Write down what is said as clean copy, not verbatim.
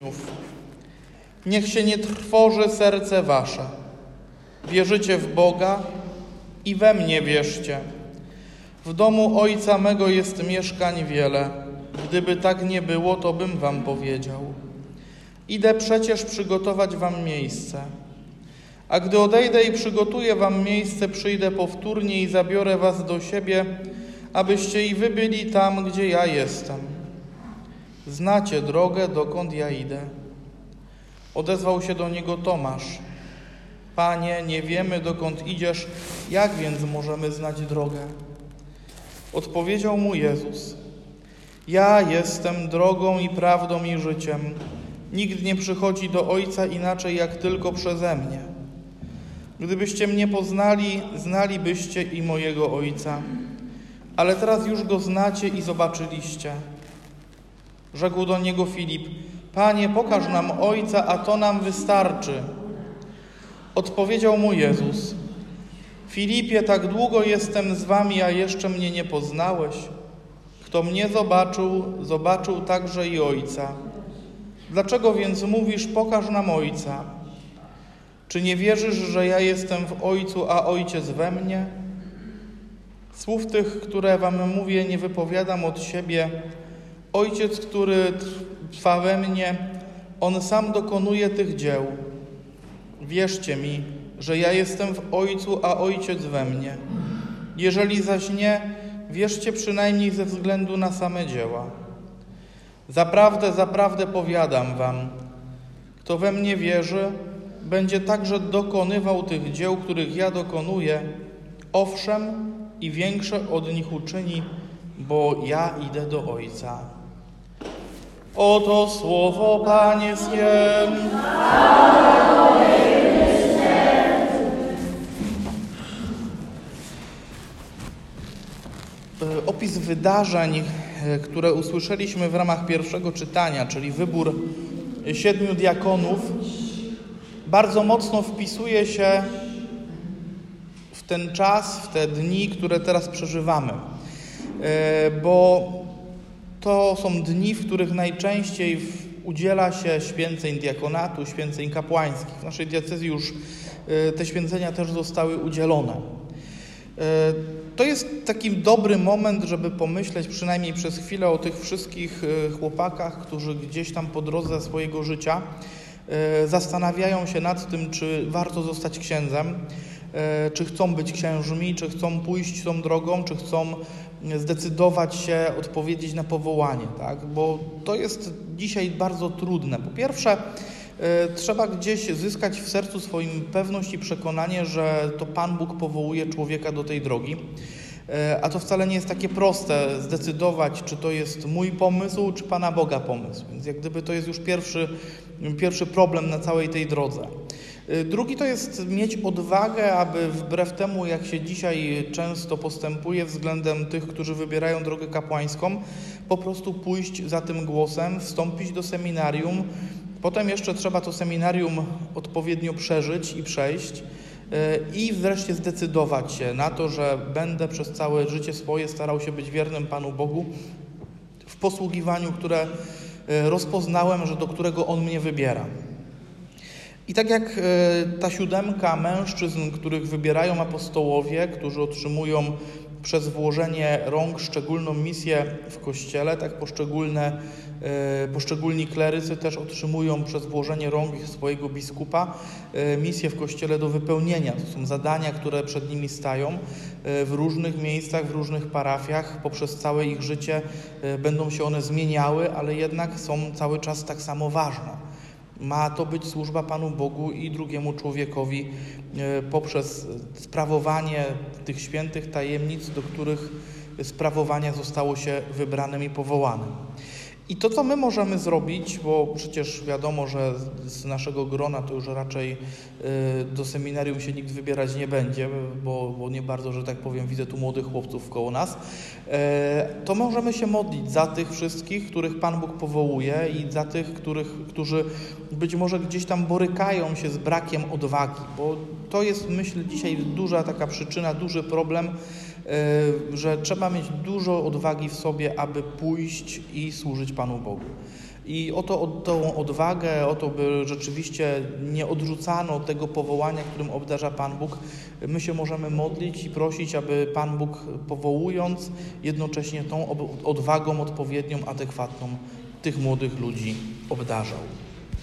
Niech się nie trwoży serce wasze. Wierzycie w Boga i we mnie wierzcie. W domu Ojca mego jest mieszkań wiele. Gdyby tak nie było, to bym wam powiedział. Idę przecież przygotować wam miejsce. A gdy odejdę i przygotuję wam miejsce, przyjdę powtórnie i zabiorę was do siebie, abyście i wy byli tam, gdzie ja jestem. Znacie drogę, dokąd ja idę. Odezwał się do niego Tomasz. Panie, nie wiemy, dokąd idziesz, jak więc możemy znać drogę? Odpowiedział mu Jezus. Ja jestem drogą i prawdą i życiem. Nikt nie przychodzi do Ojca inaczej, jak tylko przeze mnie. Gdybyście mnie poznali, znalibyście i mojego Ojca. Ale teraz już Go znacie i zobaczyliście. Rzekł do niego Filip. Panie, pokaż nam Ojca, a to nam wystarczy. Odpowiedział mu Jezus. Filipie, tak długo jestem z wami, a jeszcze mnie nie poznałeś. Kto mnie zobaczył, zobaczył także i Ojca. Dlaczego więc mówisz, pokaż nam Ojca? Czy nie wierzysz, że ja jestem w Ojcu, a Ojciec we mnie? Słów tych, które wam mówię, nie wypowiadam od siebie. Ojciec, który trwa we mnie, On sam dokonuje tych dzieł. Wierzcie mi, że ja jestem w Ojcu, a Ojciec we mnie. Jeżeli zaś nie, wierzcie przynajmniej ze względu na same dzieła. Zaprawdę, zaprawdę powiadam wam, kto we mnie wierzy, będzie także dokonywał tych dzieł, których ja dokonuję, owszem i większe od nich uczyni, bo ja idę do Ojca. Oto słowo Pańskie. Opis wydarzeń, które usłyszeliśmy w ramach pierwszego czytania, czyli wybór 7 diakonów, bardzo mocno wpisuje się w ten czas, w te dni, które teraz przeżywamy. Bo to są dni, w których najczęściej udziela się święceń diakonatu, święceń kapłańskich. W naszej diecezji już te święcenia też zostały udzielone. To jest taki dobry moment, żeby pomyśleć przynajmniej przez chwilę o tych wszystkich chłopakach, którzy gdzieś tam po drodze swojego życia zastanawiają się nad tym, czy warto zostać księdzem, czy chcą być księżmi, czy chcą pójść tą drogą, czy chcą zdecydować się odpowiedzieć na powołanie, tak? Bo to jest dzisiaj bardzo trudne. Po pierwsze, trzeba gdzieś zyskać w sercu swoim pewność i przekonanie, że to Pan Bóg powołuje człowieka do tej drogi. A to wcale nie jest takie proste zdecydować, czy to jest mój pomysł, czy Pana Boga pomysł. Więc jak gdyby to jest już pierwszy problem na całej tej drodze. Drugi to jest mieć odwagę, aby wbrew temu, jak się dzisiaj często postępuje względem tych, którzy wybierają drogę kapłańską, po prostu pójść za tym głosem, wstąpić do seminarium. Potem jeszcze trzeba to seminarium odpowiednio przeżyć i przejść i wreszcie zdecydować się na to, że będę przez całe życie swoje starał się być wiernym Panu Bogu w posługiwaniu, które rozpoznałem, że do którego On mnie wybiera. I tak jak ta 7 mężczyzn, których wybierają apostołowie, którzy otrzymują przez włożenie rąk szczególną misję w Kościele, tak poszczególni klerycy też otrzymują przez włożenie rąk swojego biskupa misję w Kościele do wypełnienia. To są zadania, które przed nimi stają w różnych miejscach, w różnych parafiach. Poprzez całe ich życie będą się one zmieniały, ale jednak są cały czas tak samo ważne. Ma to być służba Panu Bogu i drugiemu człowiekowi poprzez sprawowanie tych świętych tajemnic, do których sprawowania zostało się wybranym i powołanym. I to, co my możemy zrobić, bo przecież wiadomo, że z naszego grona to już raczej do seminarium się nikt wybierać nie będzie, bo nie bardzo, że tak powiem, widzę tu młodych chłopców koło nas, to możemy się modlić za tych wszystkich, których Pan Bóg powołuje i za tych, którzy być może gdzieś tam borykają się z brakiem odwagi, bo to jest, myślę, dzisiaj duża taka przyczyna, duży problem, że trzeba mieć dużo odwagi w sobie, aby pójść i służyć Panu Bogu. I o tą odwagę, o to, by rzeczywiście nie odrzucano tego powołania, którym obdarza Pan Bóg, my się możemy modlić i prosić, aby Pan Bóg, powołując, jednocześnie tą odwagą odpowiednią, adekwatną tych młodych ludzi obdarzał.